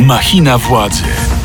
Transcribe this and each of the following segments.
Machina władzy.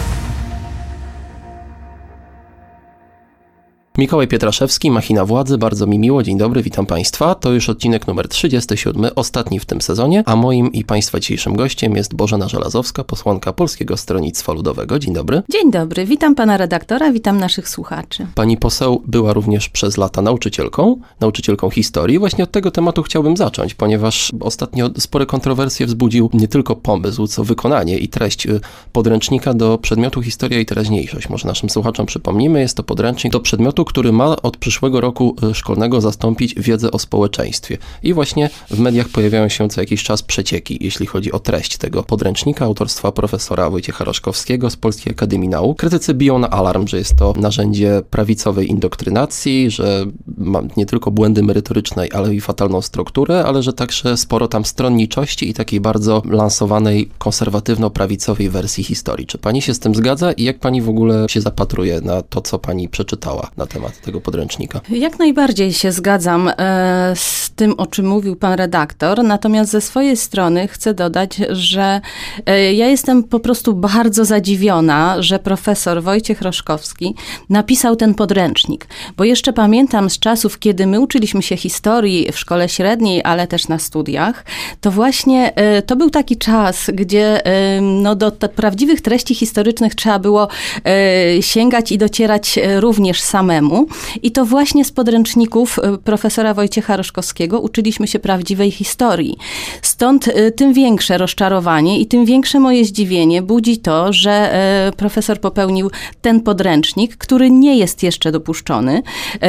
Mikołaj Pietraszewski, Machina Władzy, bardzo mi miło, dzień dobry, witam Państwa. To już odcinek numer 37, ostatni w tym sezonie, a moim i Państwa dzisiejszym gościem jest Bożena Żelazowska, posłanka Polskiego Stronnictwa Ludowego. Dzień dobry. Dzień dobry, witam pana redaktora, witam naszych słuchaczy. Pani poseł była również przez lata nauczycielką historii. Właśnie od tego tematu chciałbym zacząć, ponieważ ostatnio spore kontrowersje wzbudził nie tylko pomysł, co wykonanie i treść podręcznika do przedmiotu Historia i Teraźniejszość. Może naszym słuchaczom przypomnimy, jest to podręcznik do przedmiotu, który ma od przyszłego roku szkolnego zastąpić wiedzę o społeczeństwie. I właśnie w mediach pojawiają się co jakiś czas przecieki, jeśli chodzi o treść tego podręcznika autorstwa profesora Wojciecha Roszkowskiego z Polskiej Akademii Nauk. Krytycy biją na alarm, że jest to narzędzie prawicowej indokrynacji, że ma nie tylko błędy merytoryczne, ale i fatalną strukturę, ale że także sporo tam stronniczości i takiej bardzo lansowanej konserwatywno-prawicowej wersji historii. Czy pani się z tym zgadza i jak pani w ogóle się zapatruje na to, co pani przeczytała na temat tego podręcznika? Jak najbardziej się zgadzam z tym, o czym mówił pan redaktor, natomiast ze swojej strony chcę dodać, że ja jestem po prostu bardzo zadziwiona, że profesor Wojciech Roszkowski napisał ten podręcznik, bo jeszcze pamiętam z czasów, kiedy my uczyliśmy się historii w szkole średniej, ale też na studiach, to właśnie to był taki czas, gdzie do prawdziwych treści historycznych trzeba było sięgać i docierać również samemu. I to właśnie z podręczników profesora Wojciecha Roszkowskiego uczyliśmy się prawdziwej historii. Stąd tym większe rozczarowanie i tym większe moje zdziwienie budzi to, że profesor popełnił ten podręcznik, który nie jest jeszcze dopuszczony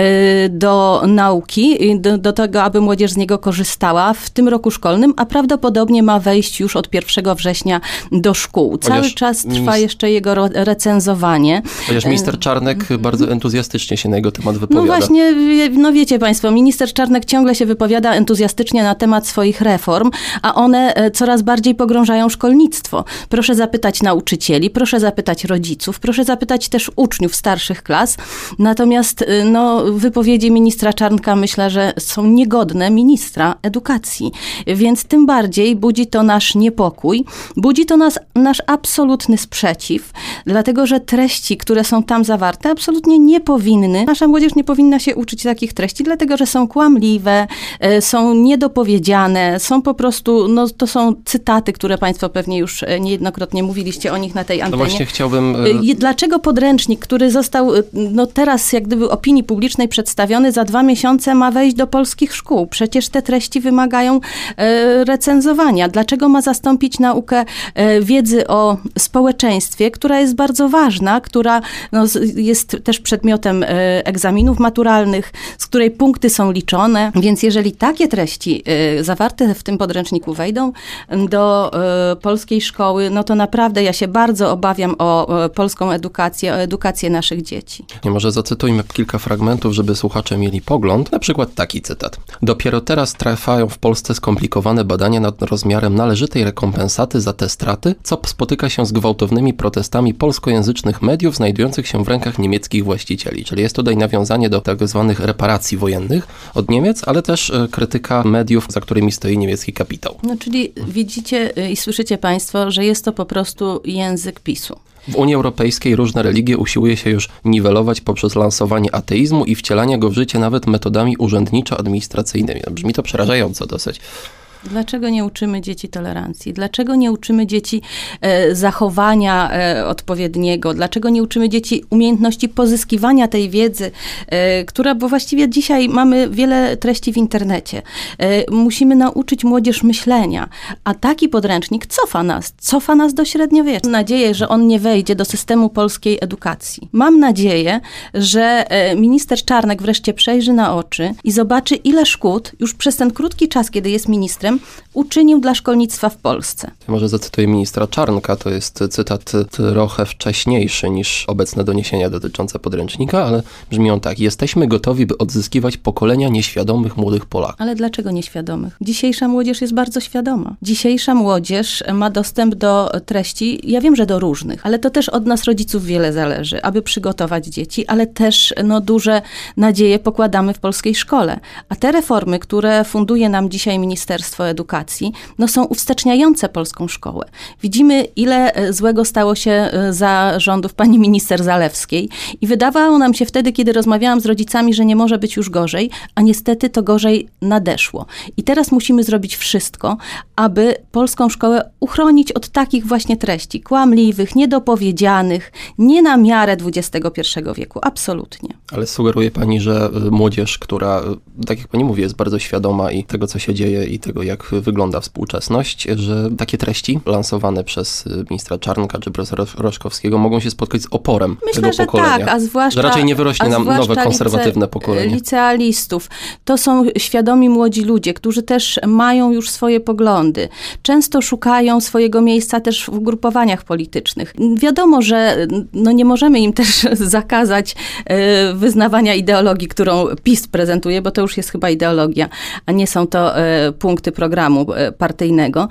do nauki, do tego, aby młodzież z niego korzystała w tym roku szkolnym, a prawdopodobnie ma wejść już od 1 września do szkół. Cały czas trwa jeszcze jego recenzowanie. Chociaż minister Czarnek bardzo entuzjastycznie się na jego temat wypowiada. No właśnie, no wiecie państwo, minister Czarnek ciągle się wypowiada entuzjastycznie na temat swoich reform, a one coraz bardziej pogrążają szkolnictwo. Proszę zapytać nauczycieli, proszę zapytać rodziców, proszę zapytać też uczniów starszych klas. Natomiast wypowiedzi ministra Czarnka myślę, że są niegodne ministra edukacji. Więc tym bardziej budzi to nasz niepokój, budzi to nasz absolutny sprzeciw, dlatego że treści, które są tam zawarte, absolutnie nie powinny. Nasza młodzież nie powinna się uczyć takich treści, dlatego że są kłamliwe, są niedopowiedziane, są po prostu, to są cytaty, które państwo pewnie już niejednokrotnie mówiliście o nich na tej antenie. No właśnie chciałbym... Dlaczego podręcznik, który został teraz jak gdyby opinii publicznej przedstawiony, za 2 miesiące ma wejść do polskich szkół? Przecież te treści wymagają recenzowania. Dlaczego ma zastąpić naukę wiedzy o społeczeństwie, która jest bardzo ważna, która jest też przedmiotem egzaminów maturalnych, z której punkty są liczone. Więc jeżeli takie treści zawarte w tym podręczniku wejdą do polskiej szkoły, to naprawdę ja się bardzo obawiam o polską edukację, o edukację naszych dzieci. Może zacytujmy kilka fragmentów, żeby słuchacze mieli pogląd. Na przykład taki cytat. Dopiero teraz trwają w Polsce skomplikowane badania nad rozmiarem należytej rekompensaty za te straty, co spotyka się z gwałtownymi protestami polskojęzycznych mediów znajdujących się w rękach niemieckich właścicieli. Czyli jest tutaj nawiązanie do tak zwanych reparacji wojennych od Niemiec, ale też krytyka mediów, za którymi stoi niemiecki kapitał. Czyli widzicie i słyszycie państwo, że jest to po prostu język PiS-u. W Unii Europejskiej różne religie usiłuje się już niwelować poprzez lansowanie ateizmu i wcielanie go w życie nawet metodami urzędniczo-administracyjnymi. Brzmi to przerażająco dosyć. Dlaczego nie uczymy dzieci tolerancji? Dlaczego nie uczymy dzieci zachowania odpowiedniego? Dlaczego nie uczymy dzieci umiejętności pozyskiwania tej wiedzy, bo właściwie dzisiaj mamy wiele treści w internecie. Musimy nauczyć młodzież myślenia, a taki podręcznik cofa nas do średniowiecza. Mam nadzieję, że on nie wejdzie do systemu polskiej edukacji. Mam nadzieję, że minister Czarnek wreszcie przejrzy na oczy i zobaczy, ile szkód już przez ten krótki czas, kiedy jest ministrem, uczynił dla szkolnictwa w Polsce. Może zacytuję ministra Czarnka, to jest cytat trochę wcześniejszy niż obecne doniesienia dotyczące podręcznika, ale brzmi on tak. Jesteśmy gotowi, by odzyskiwać pokolenia nieświadomych młodych Polaków. Ale dlaczego nieświadomych? Dzisiejsza młodzież jest bardzo świadoma. Dzisiejsza młodzież ma dostęp do treści, ja wiem, że do różnych, ale to też od nas rodziców wiele zależy, aby przygotować dzieci, ale też duże nadzieje pokładamy w polskiej szkole. A te reformy, które funduje nam dzisiaj Ministerstwo Ministerstwo Edukacji, są uwsteczniające polską szkołę. Widzimy, ile złego stało się za rządów pani minister Zalewskiej i wydawało nam się wtedy, kiedy rozmawiałam z rodzicami, że nie może być już gorzej, a niestety to gorzej nadeszło. I teraz musimy zrobić wszystko, aby polską szkołę uchronić od takich właśnie treści, kłamliwych, niedopowiedzianych, nie na miarę XXI wieku. Absolutnie. Ale sugeruje pani, że młodzież, która, tak jak pani mówi, jest bardzo świadoma i tego, co się dzieje i tego, jak wygląda współczesność, że takie treści lansowane przez ministra Czarnka czy profesora Roszkowskiego mogą się spotkać z oporem tego pokolenia. Tak, a zwłaszcza, że raczej nie wyrośnie nam nowe, konserwatywne pokolenie. Licealistów. To są świadomi młodzi ludzie, którzy też mają już swoje poglądy. Często szukają swojego miejsca też w ugrupowaniach politycznych. Wiadomo, że nie możemy im też zakazać wyznawania ideologii, którą PiS prezentuje, bo to już jest chyba ideologia, a nie są to punkty programu partyjnego.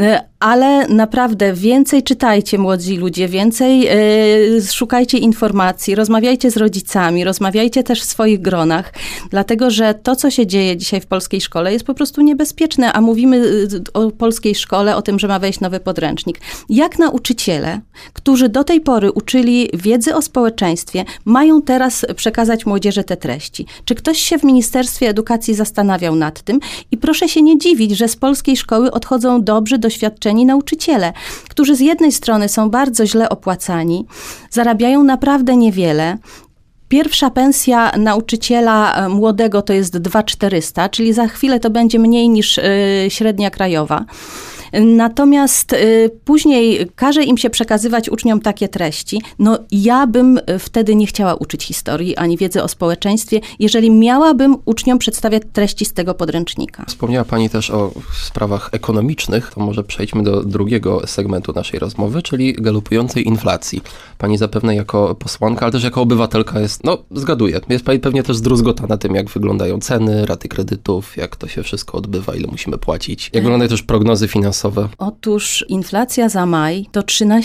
Ale naprawdę więcej czytajcie, młodzi ludzie, więcej szukajcie informacji, rozmawiajcie z rodzicami, rozmawiajcie też w swoich gronach, dlatego że to, co się dzieje dzisiaj w polskiej szkole, jest po prostu niebezpieczne, a mówimy o polskiej szkole, o tym, że ma wejść nowy podręcznik. Jak nauczyciele, którzy do tej pory uczyli wiedzy o społeczeństwie, mają teraz przekazać młodzieży te treści? Czy ktoś się w Ministerstwie Edukacji zastanawiał nad tym? I proszę się nie dziwić, że z polskiej szkoły odchodzą dobrzy, doświadczeni nauczyciele, którzy z jednej strony są bardzo źle opłacani, zarabiają naprawdę niewiele. Pierwsza pensja nauczyciela młodego to jest 2400, czyli za chwilę to będzie mniej niż średnia krajowa. Natomiast później każe im się przekazywać uczniom takie treści. Ja bym wtedy nie chciała uczyć historii ani wiedzy o społeczeństwie, jeżeli miałabym uczniom przedstawiać treści z tego podręcznika. Wspomniała pani też o sprawach ekonomicznych, to może przejdźmy do drugiego segmentu naszej rozmowy, czyli galopującej inflacji. Pani zapewne jako posłanka, ale też jako obywatelka jest, zgaduję, jest pani pewnie też zdruzgotana tym, jak wyglądają ceny, raty kredytów, jak to się wszystko odbywa, ile musimy płacić. Jak wyglądają też prognozy finansowe? Otóż inflacja za maj to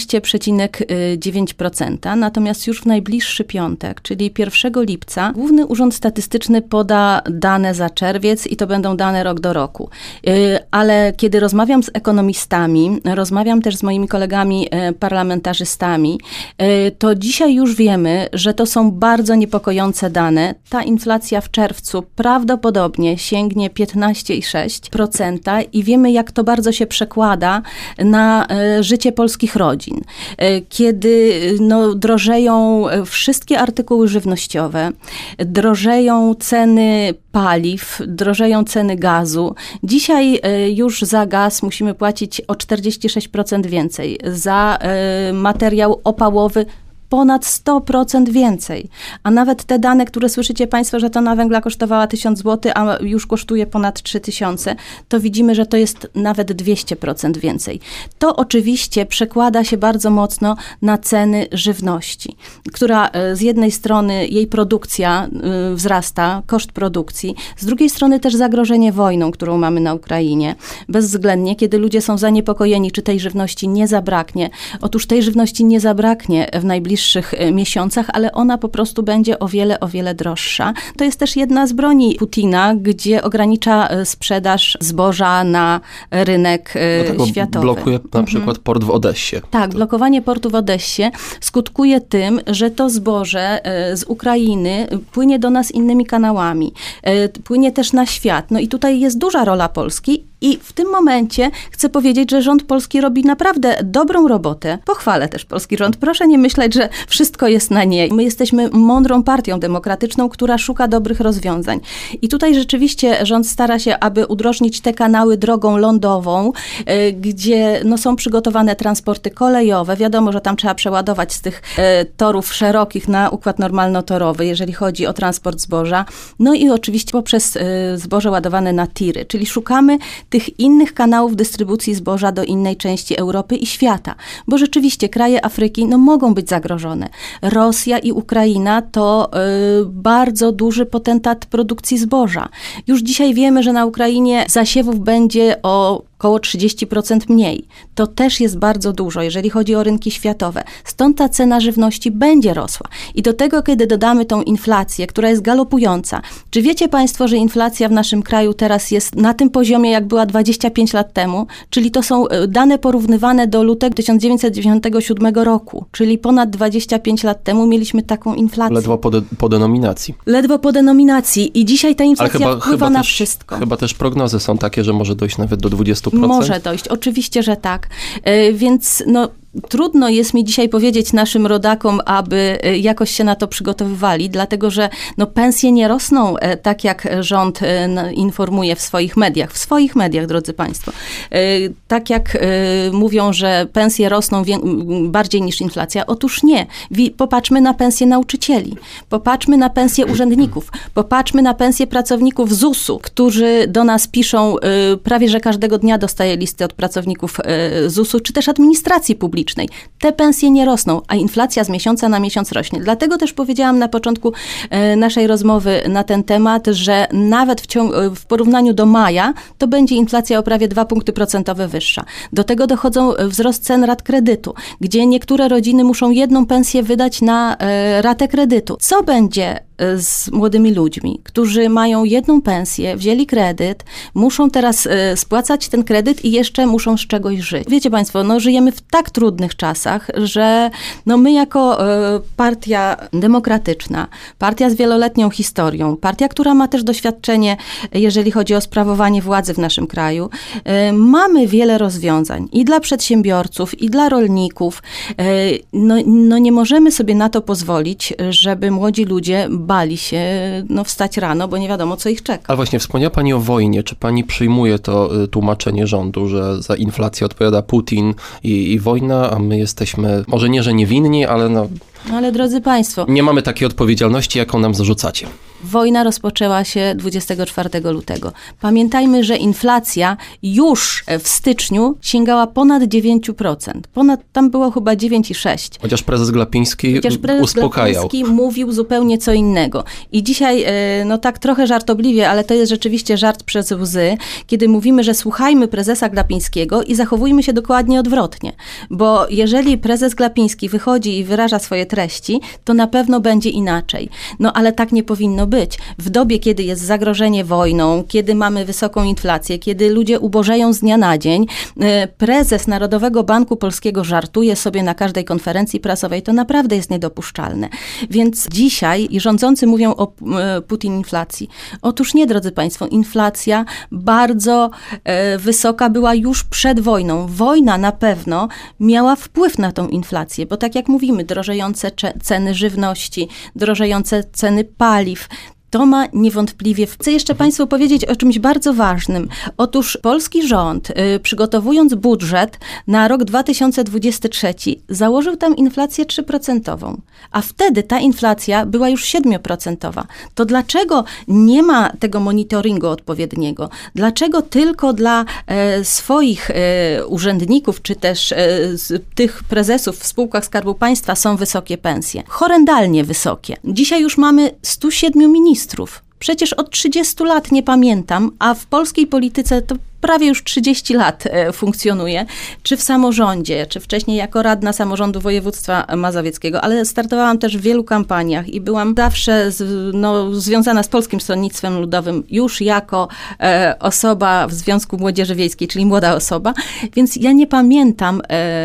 13,9%, natomiast już w najbliższy piątek, czyli 1 lipca, Główny Urząd Statystyczny poda dane za czerwiec i to będą dane rok do roku. Ale kiedy rozmawiam z ekonomistami, rozmawiam też z moimi kolegami parlamentarzystami, to dzisiaj już wiemy, że to są bardzo niepokojące dane. Ta inflacja w czerwcu prawdopodobnie sięgnie 15,6% i wiemy, jak to bardzo się przekłada na życie polskich rodzin. Kiedy drożeją wszystkie artykuły żywnościowe, drożeją ceny paliw, drożeją ceny gazu. Dzisiaj już za gaz musimy płacić o 46% więcej. Za materiał opałowy ponad 100% więcej. A nawet te dane, które słyszycie państwo, że tona węgla kosztowała 1000 zł, a już kosztuje ponad 3000, to widzimy, że to jest nawet 200% więcej. To oczywiście przekłada się bardzo mocno na ceny żywności, która z jednej strony jej produkcja wzrasta, koszt produkcji, z drugiej strony też zagrożenie wojną, którą mamy na Ukrainie. Bezwzględnie, kiedy ludzie są zaniepokojeni, czy tej żywności nie zabraknie. Otóż tej żywności nie zabraknie w najbliższych miesiącach, ale ona po prostu będzie o wiele droższa. To jest też jedna z broni Putina, gdzie ogranicza sprzedaż zboża na rynek światowy. Blokuje na przykład port w Odessie. Tak, blokowanie portu w Odessie skutkuje tym, że to zboże z Ukrainy płynie do nas innymi kanałami. Płynie też na świat. I tutaj jest duża rola Polski. I w tym momencie chcę powiedzieć, że rząd polski robi naprawdę dobrą robotę. Pochwalę też polski rząd. Proszę nie myśleć, że wszystko jest na nie. My jesteśmy mądrą partią demokratyczną, która szuka dobrych rozwiązań. I tutaj rzeczywiście rząd stara się, aby udrożnić te kanały drogą lądową, gdzie są przygotowane transporty kolejowe. Wiadomo, że tam trzeba przeładować z tych torów szerokich na układ normalnotorowy, jeżeli chodzi o transport zboża. I oczywiście poprzez zboże ładowane na tiry, czyli szukamy tych innych kanałów dystrybucji zboża do innej części Europy i świata. Bo rzeczywiście kraje Afryki mogą być zagrożone. Rosja i Ukraina to bardzo duży potentat produkcji zboża. Już dzisiaj wiemy, że na Ukrainie zasiewów będzie o około 30% mniej. To też jest bardzo dużo, jeżeli chodzi o rynki światowe. Stąd ta cena żywności będzie rosła. I do tego, kiedy dodamy tą inflację, która jest galopująca. Czy wiecie Państwo, że inflacja w naszym kraju teraz jest na tym poziomie, jak była 25 lat temu? Czyli to są dane porównywane do lutego 1997 roku. Czyli ponad 25 lat temu mieliśmy taką inflację. Ledwo po denominacji. Ledwo po denominacji. I dzisiaj ta inflacja wpływa na wszystko. Chyba też prognozy są takie, że może dojść nawet do 20%. Może dojść, oczywiście, że tak. Więc trudno jest mi dzisiaj powiedzieć naszym rodakom, aby jakoś się na to przygotowywali, dlatego że pensje nie rosną tak, jak rząd informuje w swoich mediach, drodzy Państwo. Tak jak mówią, że pensje rosną bardziej niż inflacja. Otóż nie. Popatrzmy na pensje nauczycieli, popatrzmy na pensje urzędników, popatrzmy na pensje pracowników ZUS-u, którzy do nas piszą, prawie że każdego dnia dostaję listy od pracowników ZUS-u, czy też administracji publicznej. Te pensje nie rosną, a inflacja z miesiąca na miesiąc rośnie. Dlatego też powiedziałam na początku naszej rozmowy na ten temat, że nawet w porównaniu do maja to będzie inflacja o prawie 2 punkty procentowe wyższa. Do tego dochodzą wzrost cen rat kredytu, gdzie niektóre rodziny muszą jedną pensję wydać na ratę kredytu. Co będzie z młodymi ludźmi, którzy mają jedną pensję, wzięli kredyt, muszą teraz spłacać ten kredyt i jeszcze muszą z czegoś żyć. Wiecie Państwo, żyjemy w tak trudnych czasach, że my jako partia demokratyczna, partia z wieloletnią historią, partia, która ma też doświadczenie, jeżeli chodzi o sprawowanie władzy w naszym kraju, mamy wiele rozwiązań i dla przedsiębiorców, i dla rolników. Nie możemy sobie na to pozwolić, żeby młodzi ludzie bali się wstać rano, bo nie wiadomo, co ich czeka. Ale właśnie wspomniała Pani o wojnie. Czy Pani przyjmuje to tłumaczenie rządu, że za inflację odpowiada Putin i wojna, a my jesteśmy, może nie, że niewinni, ale ale drodzy Państwo, nie mamy takiej odpowiedzialności, jaką nam zarzucacie. Wojna rozpoczęła się 24 lutego. Pamiętajmy, że inflacja już w styczniu sięgała ponad 9%. Tam było chyba 9,6%. Chociaż prezes Glapiński uspokajał. Glapiński mówił zupełnie co innego. I dzisiaj, tak trochę żartobliwie, ale to jest rzeczywiście żart przez łzy, kiedy mówimy, że słuchajmy prezesa Glapińskiego i zachowujmy się dokładnie odwrotnie. Bo jeżeli prezes Glapiński wychodzi i wyraża swoje treści, to na pewno będzie inaczej. Ale tak nie powinno być. W dobie, kiedy jest zagrożenie wojną, kiedy mamy wysoką inflację, kiedy ludzie ubożeją z dnia na dzień, prezes Narodowego Banku Polskiego żartuje sobie na każdej konferencji prasowej, to naprawdę jest niedopuszczalne. Więc dzisiaj rządzący mówią o putinflacji. Otóż nie, drodzy Państwo, inflacja bardzo wysoka była już przed wojną. Wojna na pewno miała wpływ na tą inflację, bo tak jak mówimy, drożejące ceny żywności, drożejące ceny paliw, to ma niewątpliwie. Chcę jeszcze Państwu powiedzieć o czymś bardzo ważnym. Otóż polski rząd, przygotowując budżet na rok 2023, założył tam inflację 3%, a wtedy ta inflacja była już 7%. To dlaczego nie ma tego monitoringu odpowiedniego? Dlaczego tylko dla swoich urzędników, czy też tych prezesów w spółkach Skarbu Państwa są wysokie pensje? Horrendalnie wysokie. Dzisiaj już mamy 107 ministrów. Przecież od 30 lat nie pamiętam, a w polskiej polityce to prawie już 30 lat funkcjonuje, czy w samorządzie, czy wcześniej jako radna samorządu województwa mazowieckiego, ale startowałam też w wielu kampaniach i byłam zawsze związana z Polskim Stronnictwem Ludowym już jako osoba w Związku Młodzieży Wiejskiej, czyli młoda osoba, więc ja nie pamiętam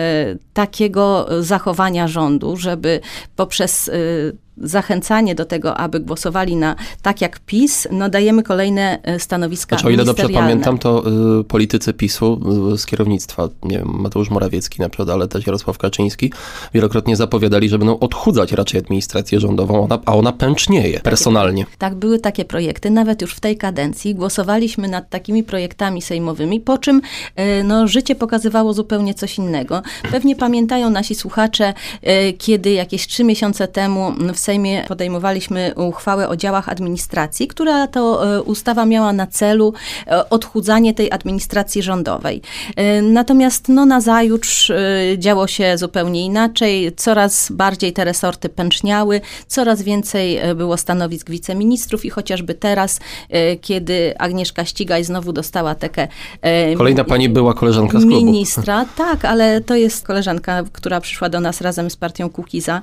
takiego zachowania rządu, żeby poprzez zachęcanie do tego, aby głosowali na tak jak PiS, dajemy kolejne stanowiska o ile dobrze ministerialne. pamiętam, to politycy PiS-u z kierownictwa, nie wiem, Mateusz Morawiecki na przykład, ale też Jarosław Kaczyński, wielokrotnie zapowiadali, że będą odchudzać raczej administrację rządową, a ona pęcznieje personalnie. Tak, były takie projekty, nawet już w tej kadencji głosowaliśmy nad takimi projektami sejmowymi, po czym życie pokazywało zupełnie coś innego. Pewnie pamiętają nasi słuchacze, kiedy jakieś 3 miesiące temu w Sejmie podejmowaliśmy uchwałę o działach administracji, która to ustawa miała na celu odchudzanie tej administracji rządowej. Natomiast nazajutrz działo się zupełnie inaczej. Coraz bardziej te resorty pęczniały, coraz więcej było stanowisk wiceministrów i chociażby teraz, kiedy Agnieszka Ścigaj znowu dostała taką Kolejna pani była koleżanka z klubu. Ministra, tak, ale to jest koleżanka, która przyszła do nas razem z partią Kukiza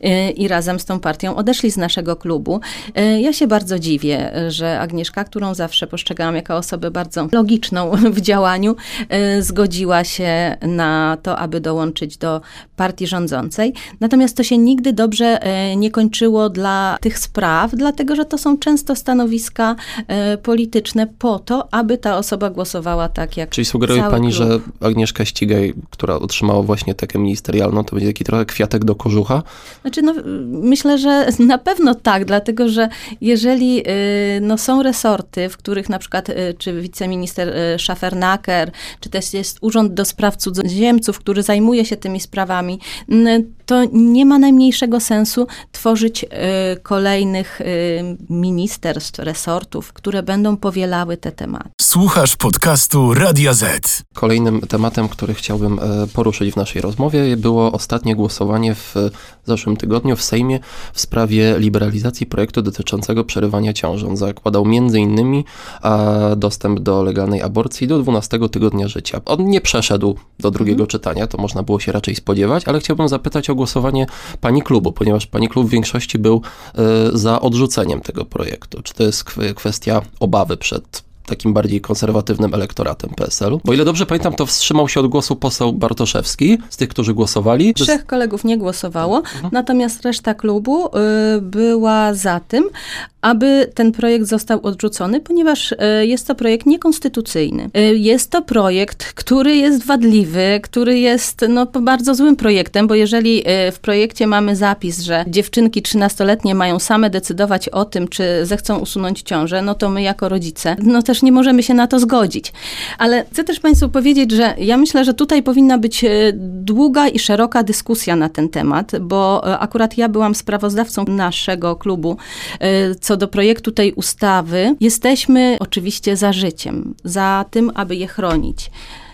i razem z tą partią odeszli z naszego klubu. Ja się bardzo dziwię, że Agnieszka, którą zawsze postrzegałam jako osobę bardzo logiczną w działaniu, zgodziła się na to, aby dołączyć do partii rządzącej. Natomiast to się nigdy dobrze nie kończyło dla tych spraw, dlatego że to są często stanowiska polityczne po to, aby ta osoba głosowała tak jak Czyli sugeruje pani, klub. że Agnieszka Ścigaj, która otrzymała właśnie taką ministerialną, to będzie taki trochę kwiatek do kożucha? Znaczy, myślę, że na pewno tak, dlatego że jeżeli są resorty, w których na przykład czy wiceminister Schafernaker, czy też jest Urząd do Spraw Cudzoziemców, który zajmuje się tymi sprawami, to nie ma najmniejszego sensu tworzyć kolejnych ministerstw, resortów, które będą powielały te tematy. Słuchasz podcastu Radia Z. Kolejnym tematem, który chciałbym poruszyć w naszej rozmowie, było ostatnie głosowanie w zeszłym tygodniu w Sejmie w sprawie liberalizacji projektu dotyczącego przerywania ciąży. On zakładał m.in. dostęp do legalnej aborcji do 12 tygodnia życia. On nie przeszedł do drugiego czytania, to można było się raczej spodziewać, ale chciałbym zapytać o głosowanie pani klubu, ponieważ pani klub w większości był za odrzuceniem tego projektu. Czy to jest kwestia obawy przed takim bardziej konserwatywnym elektoratem PSL-u? Bo ile dobrze pamiętam, to wstrzymał się od głosu poseł Bartoszewski z tych, którzy głosowali. 3 kolegów nie głosowało, natomiast reszta klubu była za tym, aby ten projekt został odrzucony, ponieważ jest to projekt niekonstytucyjny. Jest to projekt, który jest wadliwy, który jest bardzo złym projektem, bo jeżeli w projekcie mamy zapis, że dziewczynki 13-letnie mają same decydować o tym, czy zechcą usunąć ciążę, to my jako rodzice, też nie możemy się na to zgodzić. Ale chcę też Państwu powiedzieć, że ja myślę, że tutaj powinna być długa i szeroka dyskusja na ten temat, bo akurat ja byłam sprawozdawcą naszego klubu co do projektu tej ustawy. Jesteśmy oczywiście za życiem, za tym, aby je chronić.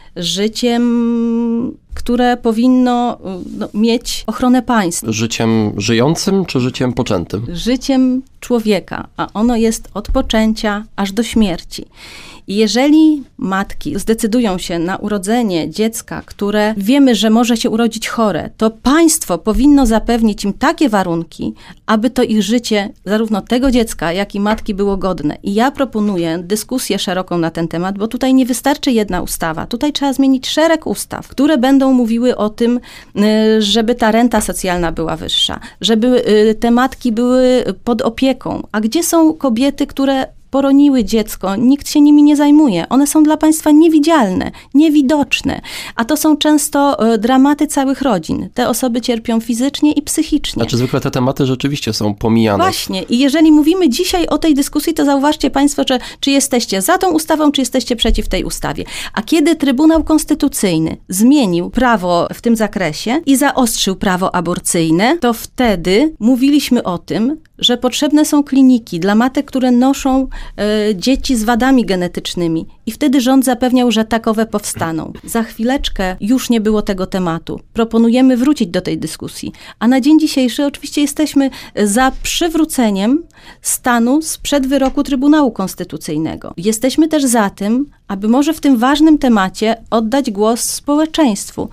Życiem, które powinno mieć ochronę państwa. Życiem żyjącym czy życiem poczętym? Życiem człowieka, a ono jest od poczęcia aż do śmierci. I jeżeli matki zdecydują się na urodzenie dziecka, które wiemy, że może się urodzić chore, to państwo powinno zapewnić im takie warunki, aby to ich życie, zarówno tego dziecka, jak i matki, było godne. I ja proponuję dyskusję szeroką na ten temat, bo tutaj nie wystarczy jedna ustawa. Tutaj trzeba zmienić szereg ustaw, które będą mówiły o tym, żeby ta renta socjalna była wyższa, żeby te matki były pod opieką. A gdzie są kobiety, które poroniły dziecko, nikt się nimi nie zajmuje. One są dla państwa niewidzialne, niewidoczne, a to są często dramaty całych rodzin. Te osoby cierpią fizycznie i psychicznie. Znaczy zwykle te tematy rzeczywiście są pomijane. Właśnie. I jeżeli mówimy dzisiaj o tej dyskusji, to zauważcie państwo, czy jesteście za tą ustawą, czy jesteście przeciw tej ustawie. A kiedy Trybunał Konstytucyjny zmienił prawo w tym zakresie i zaostrzył prawo aborcyjne, to wtedy mówiliśmy o tym, że potrzebne są kliniki dla matek, które noszą dzieci z wadami genetycznymi. I wtedy rząd zapewniał, że takowe powstaną. Za chwileczkę już nie było tego tematu. Proponujemy wrócić do tej dyskusji. A na dzień dzisiejszy oczywiście jesteśmy za przywróceniem stanu sprzed wyroku Trybunału Konstytucyjnego. Jesteśmy też za tym, aby może w tym ważnym temacie oddać głos społeczeństwu.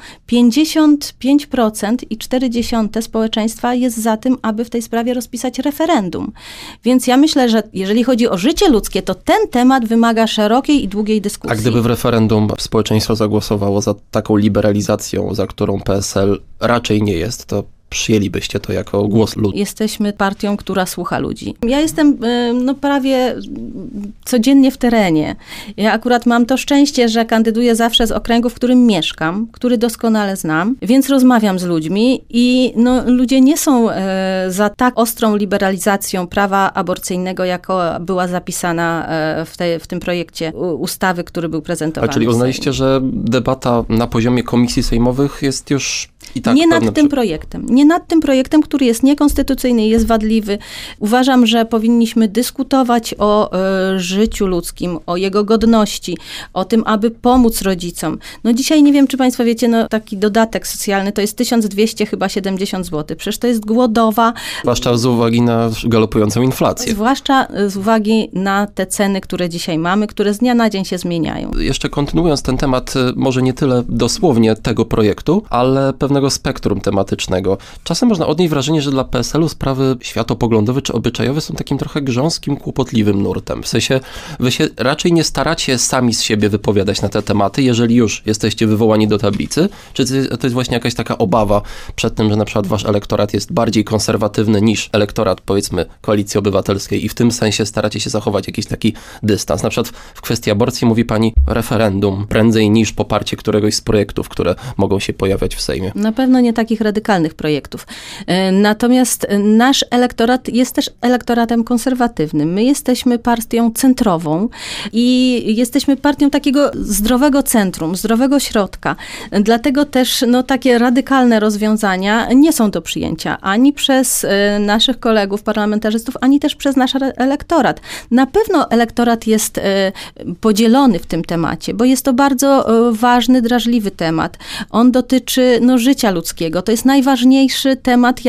55,4% społeczeństwa jest za tym, aby w tej sprawie rozpisać referendum. Więc ja myślę, że jeżeli chodzi o życie ludzkie, to ten temat wymaga szerokiej i długiej dyskusji. A gdyby w referendum społeczeństwo zagłosowało za taką liberalizacją, za którą PSL raczej nie jest, to przyjęlibyście to jako głos ludu? Jesteśmy partią, która słucha ludzi. Ja jestem prawie codziennie w terenie. Ja akurat mam to szczęście, że kandyduję zawsze z okręgu, w którym mieszkam, który doskonale znam, więc rozmawiam z ludźmi i ludzie nie są za tak ostrą liberalizacją prawa aborcyjnego, jako była zapisana w tym projekcie ustawy, który był prezentowany. A czyli uznaliście, że debata na poziomie komisji sejmowych jest już I tak nie nad tym projektem. Nie nad tym projektem, który jest niekonstytucyjny i jest wadliwy. Uważam, że powinniśmy dyskutować o życiu ludzkim, o jego godności, o tym, aby pomóc rodzicom. No dzisiaj nie wiem, czy państwo wiecie, no taki dodatek socjalny to jest 1270 zł. Przecież to jest głodowa. Zwłaszcza z uwagi na galopującą inflację. Zwłaszcza z uwagi na te ceny, które dzisiaj mamy, które z dnia na dzień się zmieniają. Jeszcze kontynuując ten temat, może nie tyle dosłownie tego projektu, ale pewnego spektrum tematycznego. Czasem można odnieść wrażenie, że dla PSL-u sprawy światopoglądowe czy obyczajowe są takim trochę grząskim, kłopotliwym nurtem. W sensie, wy się raczej nie staracie sami z siebie wypowiadać na te tematy, jeżeli już jesteście wywołani do tablicy, czy to jest właśnie jakaś taka obawa przed tym, że na przykład wasz elektorat jest bardziej konserwatywny niż elektorat, powiedzmy, Koalicji Obywatelskiej i w tym sensie staracie się zachować jakiś taki dystans. Na przykład w kwestii aborcji mówi pani referendum prędzej niż poparcie któregoś z projektów, które mogą się pojawiać w Sejmie. Na pewno nie takich radykalnych projektów. Natomiast nasz elektorat jest też elektoratem konserwatywnym. My jesteśmy partią centrową i jesteśmy partią takiego zdrowego centrum, zdrowego środka. Dlatego też takie radykalne rozwiązania nie są do przyjęcia ani przez naszych kolegów parlamentarzystów, ani też przez nasz elektorat. Na pewno elektorat jest podzielony w tym temacie, bo jest to bardzo ważny, drażliwy temat. On dotyczy życia ludzkiego. To jest najważniejszy temat,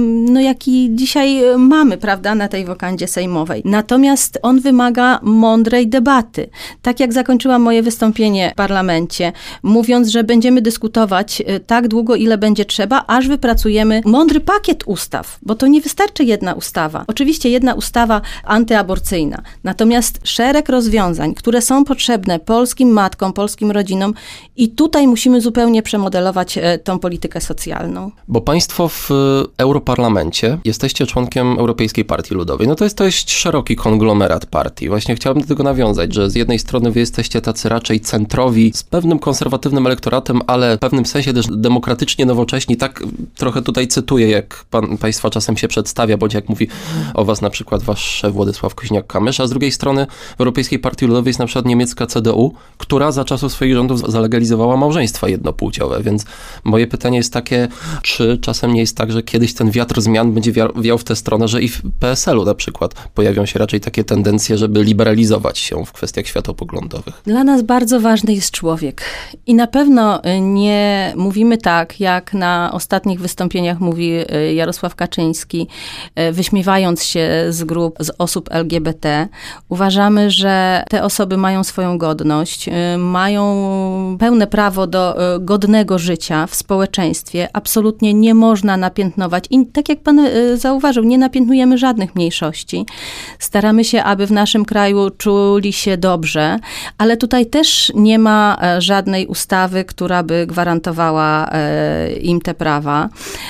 jaki dzisiaj mamy, prawda, na tej wokandzie sejmowej. Natomiast on wymaga mądrej debaty. Tak jak zakończyłam moje wystąpienie w parlamencie, mówiąc, że będziemy dyskutować tak długo, ile będzie trzeba, aż wypracujemy mądry pakiet ustaw, bo to nie wystarczy jedna ustawa. Oczywiście jedna ustawa antyaborcyjna, natomiast szereg rozwiązań, które są potrzebne polskim matkom, polskim rodzinom i tutaj musimy zupełnie przemodelować tą politykę socjalną. Bo państwo w Europarlamencie jesteście członkiem Europejskiej Partii Ludowej. To jest dość szeroki konglomerat partii. Właśnie chciałbym do tego nawiązać, że z jednej strony wy jesteście tacy raczej centrowi, z pewnym konserwatywnym elektoratem, ale w pewnym sensie też demokratycznie nowocześni. Tak trochę tutaj cytuję, jak państwa czasem się przedstawia, bądź jak mówi o was na przykład wasz szef Władysław Koźniak-Kamysz, a z drugiej strony w Europejskiej Partii Ludowej jest na przykład niemiecka CDU, która za czasów swoich rządów zalegalizowała małżeństwa jednopłciowe, więc moje pytanie jest takie, czy czasem nie jest tak, że kiedyś ten wiatr zmian będzie wiał w tę stronę, że i w PSL-u na przykład pojawią się raczej takie tendencje, żeby liberalizować się w kwestiach światopoglądowych. Dla nas bardzo ważny jest człowiek i na pewno nie mówimy tak, jak na ostatnich wystąpieniach mówi Jarosław Kaczyński, wyśmiewając się z grup, z osób LGBT. Uważamy, że te osoby mają swoją godność, mają pełne prawo do godnego życia w społeczeństwie. Absolutnie nie można napiętnować i tak jak pan zauważył, nie napiętnujemy żadnych mniejszości. Staramy się, aby w naszym kraju czuli się dobrze, ale tutaj też nie ma żadnej ustawy, która by gwarantowała im te prawa,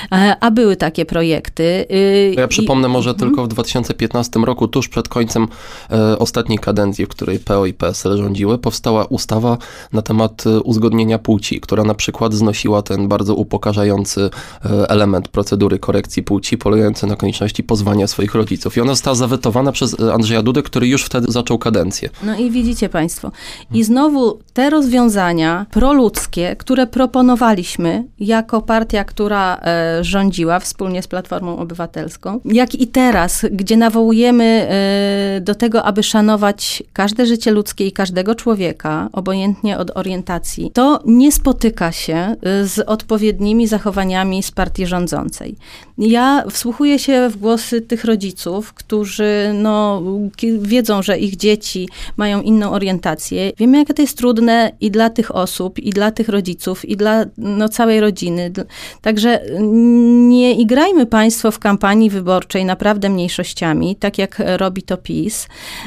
a były takie projekty. Ja przypomnę może tylko w 2015 roku, tuż przed końcem ostatniej kadencji, w której PO i PSL rządziły, powstała ustawa na temat uzgodnienia płci, która na przykład znosiła ten bardzo upokarzający element procedury korekcji płci, polegający na konieczności pozwania swoich rodziców. I ona została zawetowana przez Andrzeja Dudę, który już wtedy zaczął kadencję. No i widzicie państwo. I znowu te rozwiązania proludzkie, które proponowaliśmy jako partia, która rządziła wspólnie z Platformą Obywatelską, jak i teraz, gdzie nawołujemy do tego, aby szanować każde życie ludzkie i każdego człowieka, obojętnie od orientacji, to nie spotyka się z odpowiednimi zachowaniami z partii rządzącej. Ja wsłuchuję się w głosy tych rodziców, którzy wiedzą, że ich dzieci mają inną orientację. Wiemy, jak to jest trudne i dla tych osób, i dla tych rodziców, i dla całej rodziny. Także nie igrajmy państwo w kampanii wyborczej naprawdę mniejszościami, tak jak robi to PiS,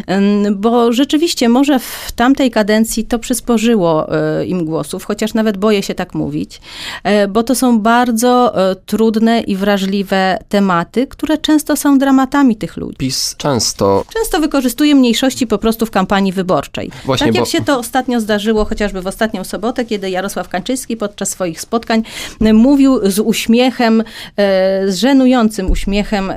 bo rzeczywiście może w tamtej kadencji to przysporzyło im głosów, chociaż nawet boję się tak mówić, bo to są bardzo trudne i wrażliwe tematy, które często są dramatami tych ludzi. PiS często wykorzystuje mniejszości po prostu w kampanii wyborczej. Właśnie, tak jak się to ostatnio zdarzyło, chociażby w ostatnią sobotę, kiedy Jarosław Kaczyński podczas swoich spotkań mówił z uśmiechem, z żenującym uśmiechem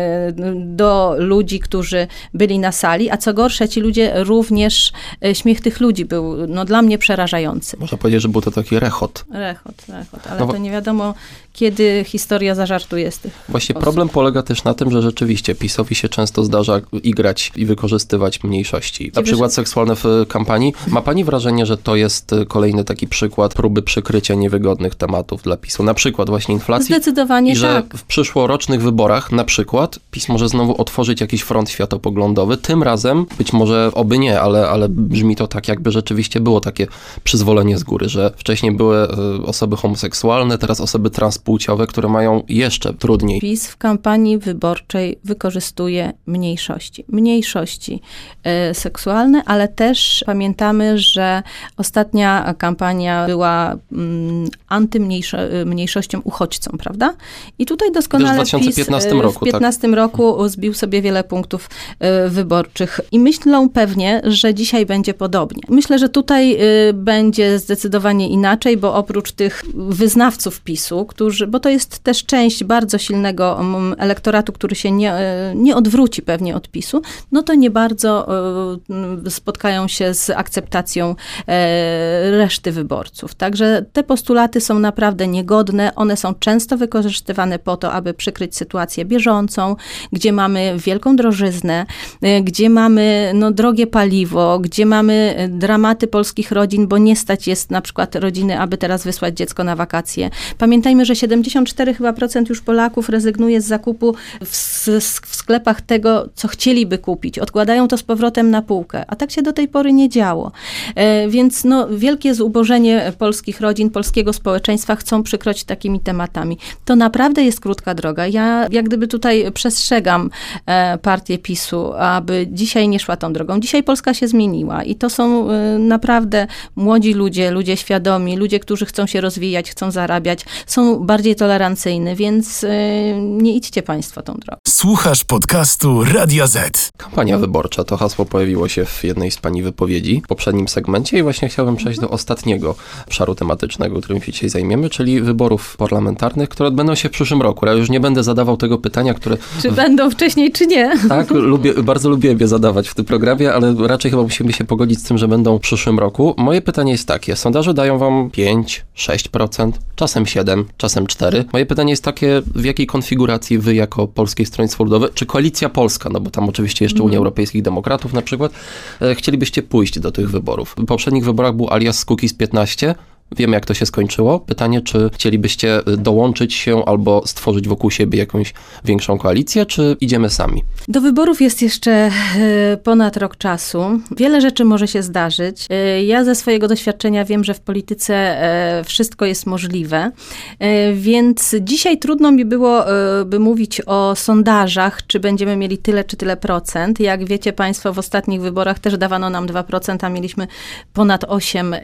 do ludzi, którzy byli na sali, a co gorsza, ci ludzie również, śmiech tych ludzi był dla mnie przerażający. Można powiedzieć, że był to taki rechot. Rechot, ale to nie wiadomo, kiedy historia zażartuje z tych Właśnie osób. problem polega też na tym, że rzeczywiście PiS-owi się często zdarza igrać i wykorzystywać mniejszości. Na przykład seksualne w kampanii. Ma pani wrażenie, że to jest kolejny taki przykład próby przykrycia niewygodnych tematów dla PiS-u? Na przykład właśnie inflacji. Zdecydowanie I że tak. w przyszłorocznych wyborach na przykład PiS może znowu otworzyć jakiś front światopoglądowy. Tym razem, być może oby nie, ale brzmi to tak, jakby rzeczywiście było takie przyzwolenie z góry, że wcześniej były osoby homoseksualne, teraz osoby transpłciowe, które mają jeszcze trudniej. PiS w kampanii wyborczej wykorzystuje mniejszości seksualne, ale też pamiętamy, że ostatnia kampania była antymniejszością uchodźcom, prawda? I tutaj doskonale w 2015 PiS roku, w 2015 roku zbił sobie wiele punktów wyborczych i myślą pewnie, że dzisiaj będzie podobnie. Myślę, że tutaj będzie zdecydowanie inaczej, bo oprócz tych wyznawców PiS-u, bo to jest też część bardzo silnego elektoratu, który się nie odwróci pewnie od PiS-u, no to nie bardzo spotkają się z akceptacją reszty wyborców. Także te postulaty są naprawdę niegodne. One są często wykorzystywane po to, aby przykryć sytuację bieżącą, gdzie mamy wielką drożyznę, gdzie mamy drogie paliwo, gdzie mamy dramaty polskich rodzin, bo nie stać jest na przykład rodziny, aby teraz wysłać dziecko na wakacje. Pamiętajmy, że 74% chyba już Polaków rezygnuje z zakupu w sklepach tego, co chcieliby kupić. Odkładają to z powrotem na półkę, a tak się do tej pory nie działo. Więc wielkie zubożenie polskich rodzin, polskiego społeczeństwa chcą przykryć takimi tematami. To naprawdę jest krótka droga. Ja jak gdyby tutaj przestrzegam partię PiS-u, aby dzisiaj nie szła tą drogą. Dzisiaj Polska się zmieniła i to są naprawdę młodzi ludzie świadomi, ludzie, którzy chcą się rozwijać, chcą zarabiać, są bardziej tolerancyjni, więc nie idźcie państwo tą drogą. Słuchasz podcastu Radia Z. Kampania wyborcza, to hasło pojawiło się w jednej z pani wypowiedzi w poprzednim segmencie i właśnie chciałbym przejść do ostatniego obszaru tematycznego, którym się dzisiaj zajmiemy, czyli wyborów parlamentarnych, które odbędą się w przyszłym roku. Ja już nie będę zadawał tego pytania, które... Czy będą wcześniej, czy nie? Tak, bardzo lubię je zadawać w tym programie, ale raczej chyba musimy się pogodzić z tym, że będą w przyszłym roku. Moje pytanie jest takie, sondaże dają wam 5, 6%, czasem 7, czasem 4. Moje pytanie jest takie, w jakiej konfiguracji wy jako Polskie Stronnictwo Ludowe, czy Koalicja Polska, bo tam oczywiście jeszcze Unia Europejskich Demokratów na przykład, chcielibyście pójść do tych wyborów. W poprzednich wyborach był alias z Kukiz 15. Wiemy, jak to się skończyło. Pytanie, czy chcielibyście dołączyć się albo stworzyć wokół siebie jakąś większą koalicję, czy idziemy sami? Do wyborów jest jeszcze ponad rok czasu. Wiele rzeczy może się zdarzyć. Ja ze swojego doświadczenia wiem, że w polityce wszystko jest możliwe, więc dzisiaj trudno mi było by mówić o sondażach, czy będziemy mieli tyle, czy tyle procent. Jak wiecie państwo, w ostatnich wyborach też dawano nam 2%, a mieliśmy ponad 8%.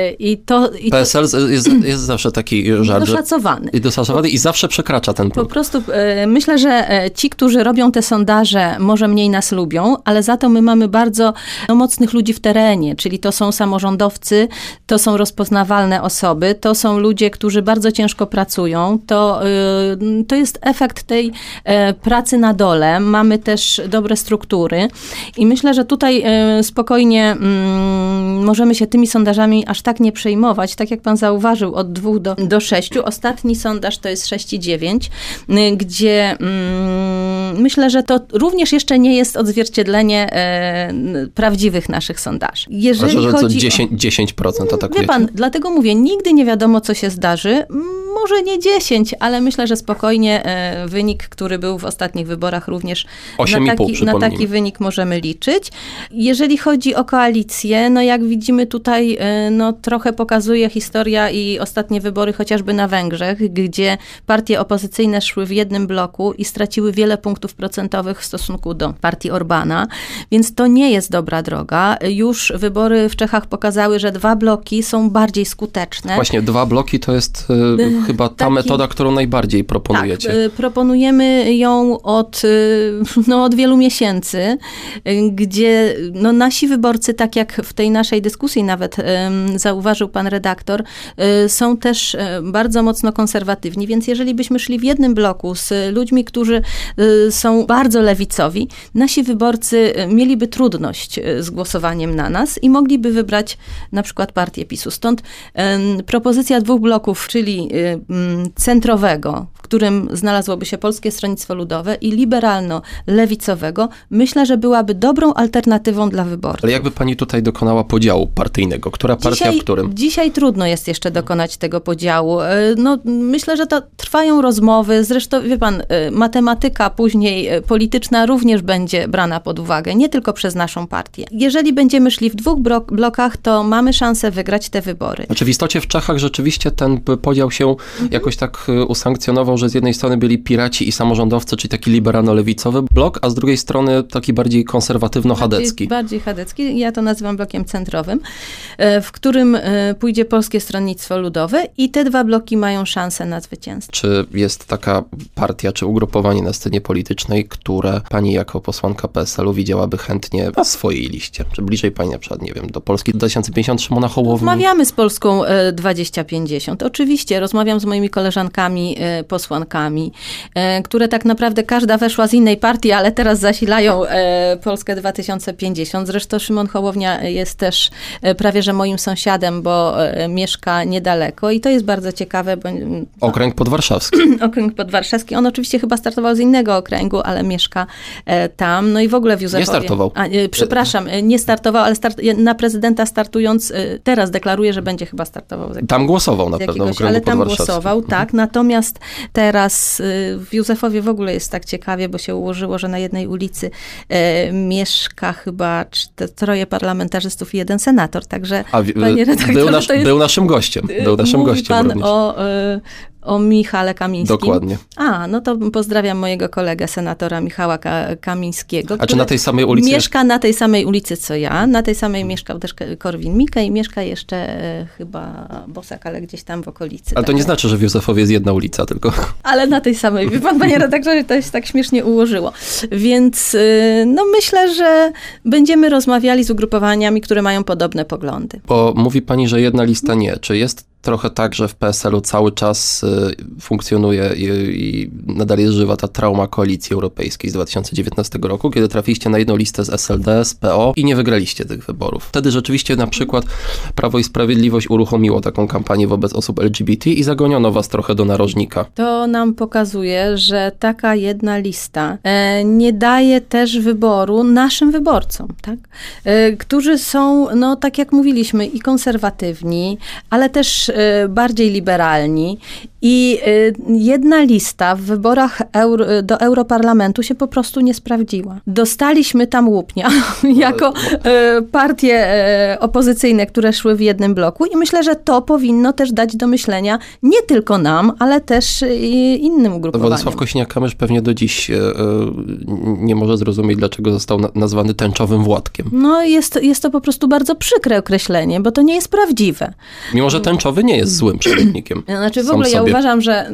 PSL jest zawsze taki żart, doszacowany i zawsze przekracza ten próg. Po prostu myślę, że ci, którzy robią te sondaże, może mniej nas lubią, ale za to my mamy bardzo mocnych ludzi w terenie, czyli to są samorządowcy, to są rozpoznawalne osoby, to są ludzie, którzy bardzo ciężko pracują. To jest efekt tej pracy na dole. Mamy też dobre struktury i myślę, że tutaj spokojnie możemy się tymi sondażami aż tak nie przejmować. Tak jak pan zauważył, od 2 do 6. Ostatni sondaż to jest 6,9, gdzie myślę, że to również jeszcze nie jest odzwierciedlenie prawdziwych naszych sondaży. Jeżeli że chodzi 10% atakujecie. Wie pan, dlatego mówię, nigdy nie wiadomo, co się zdarzy. Może nie 10, ale myślę, że spokojnie wynik, który był w ostatnich wyborach, również na taki wynik możemy liczyć. Jeżeli chodzi o koalicję, jak widzimy tutaj, trochę pokazuje historia i ostatnie wybory chociażby na Węgrzech, gdzie partie opozycyjne szły w jednym bloku i straciły wiele punktów procentowych w stosunku do partii Orbana, więc to nie jest dobra droga. Już wybory w Czechach pokazały, że 2 bloki są bardziej skuteczne. Właśnie, 2 bloki to jest chyba ta metoda, którą najbardziej proponujecie. Tak, proponujemy ją od wielu miesięcy, gdzie nasi wyborcy, tak jak w tej naszej dyskusji nawet zauważył pan redaktor, są też bardzo mocno konserwatywni, więc jeżeli byśmy szli w jednym bloku z ludźmi, którzy są bardzo lewicowi, nasi wyborcy mieliby trudność z głosowaniem na nas i mogliby wybrać na przykład partię PiS-u. Stąd propozycja 2 bloków, czyli centrowego, w którym znalazłoby się Polskie Stronnictwo Ludowe i liberalno-lewicowego, myślę, że byłaby dobrą alternatywą dla wyborców. Ale jakby pani tutaj dokonała podziału partyjnego? Która partia w którym? Dzisiaj trudno jest jeszcze dokonać tego podziału. No, myślę, że to trwają rozmowy. Zresztą, wie pan, matematyka później polityczna również będzie brana pod uwagę, nie tylko przez naszą partię. Jeżeli będziemy szli w dwóch blokach, to mamy szansę wygrać te wybory. Znaczy w istocie w Czechach rzeczywiście ten podział się jakoś tak usankcjonował, że z jednej strony byli piraci i samorządowcy, czyli taki liberalno-lewicowy blok, a z drugiej strony taki bardziej konserwatywno-chadecki. Bardziej chadecki. Ja to nazywam blokiem centrowym, w którym pójdzie Polskie Stronnictwo Ludowe i te dwa bloki mają szansę na zwycięstwo. Czy jest taka partia, czy ugrupowanie na scenie politycznej, które pani jako posłanka PSL-u widziałaby chętnie na swojej liście? Czy bliżej pani na przykład, nie wiem, do Polski 2050 Szymona Hołowni? Rozmawiamy z Polską 2050. Oczywiście rozmawiam z moimi koleżankami, posłankami, które tak naprawdę każda weszła z innej partii, ale teraz zasilają Polskę 2050. Zresztą Szymon Hołownia jest też prawie że moim sąsiadem, bo mieszka niedaleko i to jest bardzo ciekawe. Bo, Okręg podwarszawski. Okręg podwarszawski. On oczywiście chyba startował z innego okręgu, ale mieszka tam. No i w ogóle w Józefowie. Nie startował. Przepraszam, nie startował, ale na prezydenta startując teraz deklaruje, że będzie chyba startował. Tam głosował na pewno w okręgu ale tam podwarszawskim. głosował, tak. Natomiast teraz w Józefowie w ogóle jest tak ciekawie, bo się ułożyło, że na jednej ulicy mieszka chyba 3 parlamentarzystów i 1 senator. Także, panie redaktorze, był naszym gościem. Mówi pan o Michale Kamińskim. Dokładnie. No to pozdrawiam mojego kolegę, senatora Michała Kamińskiego. A czy na tej samej ulicy? Mieszka na tej samej ulicy, co ja. Na tej samej mieszkał też Korwin-Mikke i mieszka jeszcze chyba Bosak, ale gdzieś tam w okolicy. Ale to nie znaczy, że w Józefowie jest jedna ulica, tylko... Ale na tej samej. Wie pan, panie redaktorze, to się tak śmiesznie ułożyło. Więc no myślę, że będziemy rozmawiali z ugrupowaniami, które mają podobne poglądy. Bo mówi pani, że jedna lista nie. Czy jest trochę tak, że w PSL-u cały czas funkcjonuje i nadal jest żywa ta trauma koalicji europejskiej z 2019 roku, kiedy trafiliście na jedną listę z SLD, z PO i nie wygraliście tych wyborów. Wtedy rzeczywiście na przykład Prawo i Sprawiedliwość uruchomiło taką kampanię wobec osób LGBT i zagoniono was trochę do narożnika. To nam pokazuje, że taka jedna lista nie daje też wyboru naszym wyborcom, tak? Którzy są, no tak jak mówiliśmy, i konserwatywni, ale też bardziej liberalni i jedna lista w wyborach do Europarlamentu się po prostu nie sprawdziła. Dostaliśmy tam Łupnia jako partie opozycyjne, które szły w jednym bloku i myślę, że to powinno też dać do myślenia nie tylko nam, ale też innym ugrupowaniom. Władysław Kosiniak-Kamysz pewnie do dziś nie może zrozumieć, dlaczego został nazwany tęczowym Władkiem. No jest to po prostu bardzo przykre określenie, bo to nie jest prawdziwe. Mimo że tęczowy nie jest złym przewodnikiem. Znaczy w ogóle ja uważam, że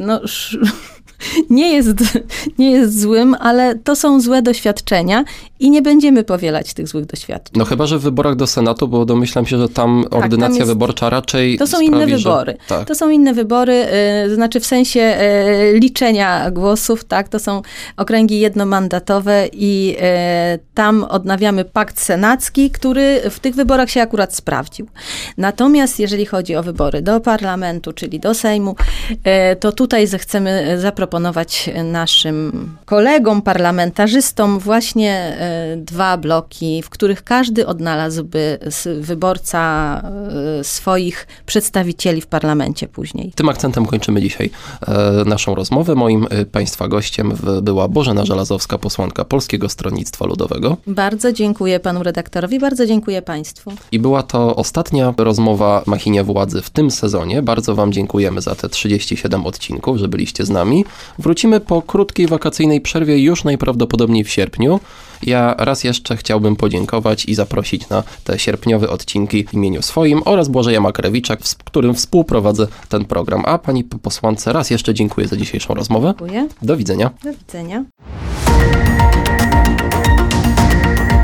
nie jest złym, ale to są złe doświadczenia i nie będziemy powielać tych złych doświadczeń. No chyba, że w wyborach do Senatu, bo domyślam się, że tam ordynacja wyborcza raczej to są inne wybory. Tak. To są inne wybory, znaczy w sensie liczenia głosów, tak, to są okręgi jednomandatowe i tam odnawiamy pakt senacki, który w tych wyborach się akurat sprawdził. Natomiast jeżeli chodzi o wybory do parlamentu, czyli do Sejmu, to tutaj chcemy zaproponować naszym kolegom, parlamentarzystom właśnie 2 bloki, w których każdy odnalazłby wyborca swoich przedstawicieli w parlamencie później. Tym akcentem kończymy dzisiaj naszą rozmowę. Moim państwa gościem była Bożena Żelazowska, posłanka Polskiego Stronnictwa Ludowego. Bardzo dziękuję panu redaktorowi, bardzo dziękuję państwu. I była to ostatnia rozmowa Machinie Władzy w tym sezonie. Bardzo wam dziękujemy za te 37 odcinków, że byliście z nami. Wrócimy po krótkiej wakacyjnej przerwie już najprawdopodobniej w sierpniu. Ja raz jeszcze chciałbym podziękować i zaprosić na te sierpniowe odcinki w imieniu swoim oraz Błażeja Makarewicza, z którym współprowadzę ten program. A pani posłance raz jeszcze dziękuję za dzisiejszą rozmowę. Dziękuję. Do widzenia. Do widzenia.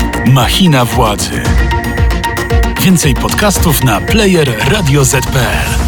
Machina Władzy. Więcej podcastów na player radioz.pl.